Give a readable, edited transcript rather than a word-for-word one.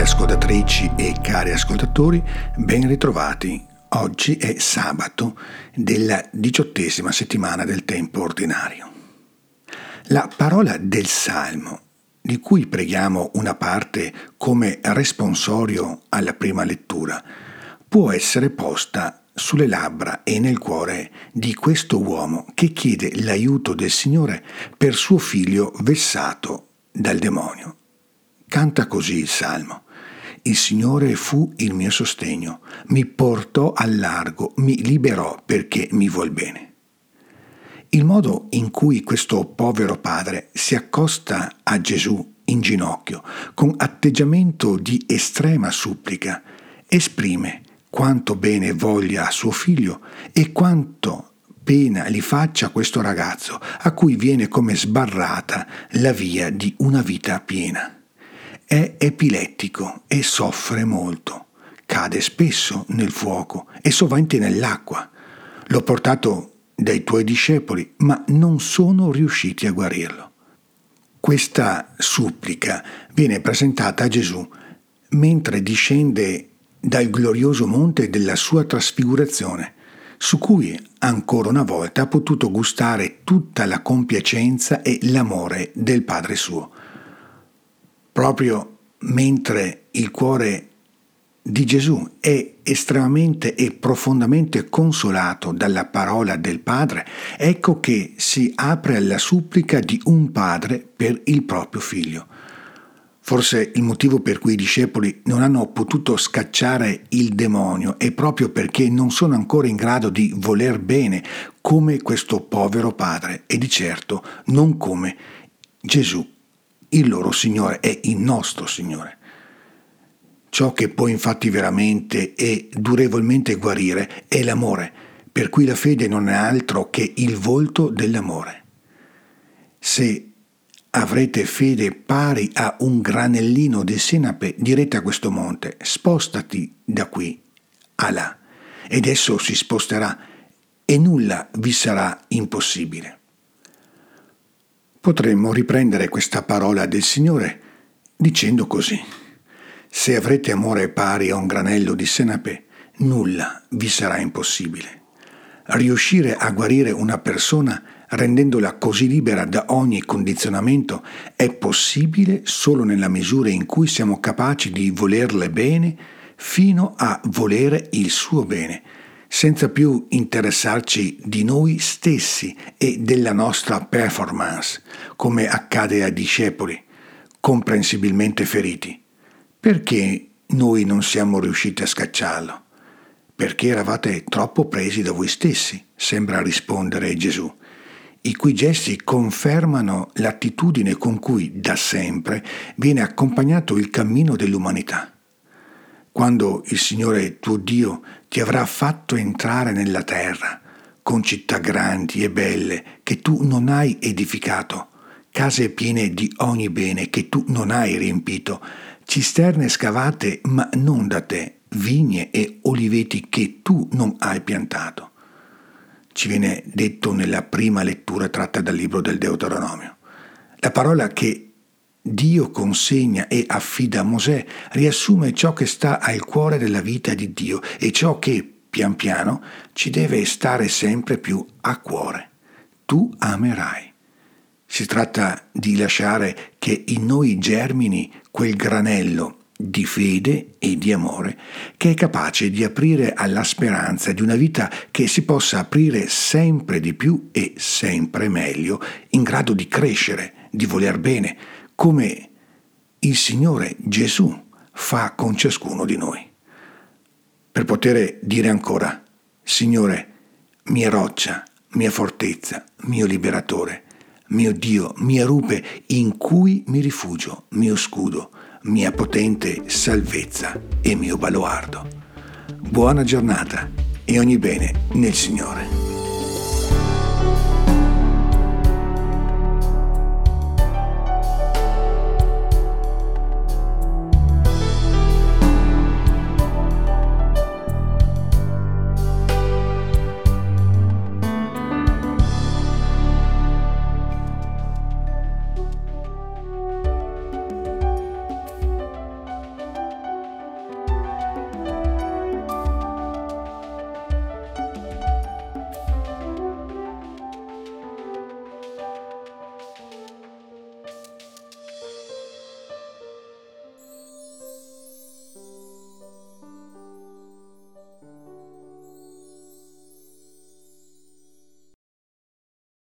ascoltatrici e cari ascoltatori, ben ritrovati. Oggi è sabato della 18ª settimana del tempo ordinario. La parola del Salmo, di cui preghiamo una parte come responsorio alla prima lettura, può essere posta sulle labbra e nel cuore di questo uomo che chiede l'aiuto del Signore per suo figlio vessato dal demonio. Canta così il Salmo: il Signore fu il mio sostegno, mi portò al largo, mi liberò perché mi vuol bene. Il modo in cui questo povero padre si accosta a Gesù in ginocchio, con atteggiamento di estrema supplica, esprime quanto bene voglia a suo figlio e quanto pena gli faccia questo ragazzo a cui viene come sbarrata la via di una vita piena. È epilettico e soffre molto, cade spesso nel fuoco e sovente nell'acqua. L'ho portato dai tuoi discepoli, ma non sono riusciti a guarirlo. Questa supplica viene presentata a Gesù mentre discende dal glorioso monte della sua trasfigurazione, su cui ancora una volta ha potuto gustare tutta la compiacenza e l'amore del Padre suo. Proprio mentre il cuore di Gesù è estremamente e profondamente consolato dalla parola del Padre, ecco che si apre alla supplica di un padre per il proprio figlio. Forse il motivo per cui i discepoli non hanno potuto scacciare il demonio è proprio perché non sono ancora in grado di voler bene come questo povero padre e di certo non come Gesù, il loro Signore e il nostro Signore. Ciò che può infatti veramente e durevolmente guarire è l'amore, per cui la fede non è altro che il volto dell'amore. Se avrete fede pari a un granellino di senape, direte a questo monte: spostati da qui a là, ed esso si sposterà e nulla vi sarà impossibile. Potremmo riprendere questa parola del Signore dicendo così: se avrete amore pari a un granello di senape, nulla vi sarà impossibile. Riuscire a guarire una persona rendendola così libera da ogni condizionamento è possibile solo nella misura in cui siamo capaci di volerle bene fino a volere il suo bene, senza più interessarci di noi stessi e della nostra performance, come accade ai discepoli, comprensibilmente feriti. Perché noi non siamo riusciti a scacciarlo? Perché eravate troppo presi da voi stessi, sembra rispondere Gesù, i cui gesti confermano l'attitudine con cui da sempre viene accompagnato il cammino dell'umanità. Quando il Signore tuo Dio ti avrà fatto entrare nella terra, con città grandi e belle che tu non hai edificato, case piene di ogni bene che tu non hai riempito, cisterne scavate ma non da te, vigne e oliveti che tu non hai piantato. Ci viene detto nella prima lettura tratta dal libro del Deuteronomio. La parola che Dio consegna e affida a Mosè riassume ciò che sta al cuore della vita di Dio e ciò che, pian piano, ci deve stare sempre più a cuore. Tu amerai. Si tratta di lasciare che in noi germini quel granello di fede e di amore che è capace di aprire alla speranza di una vita che si possa aprire sempre di più e sempre meglio, in grado di crescere, di voler bene, come il Signore Gesù fa con ciascuno di noi. Per poter dire ancora: Signore, mia roccia, mia fortezza, mio liberatore, mio Dio, mia rupe in cui mi rifugio, mio scudo, mia potente salvezza e mio baluardo. Buona giornata e ogni bene nel Signore.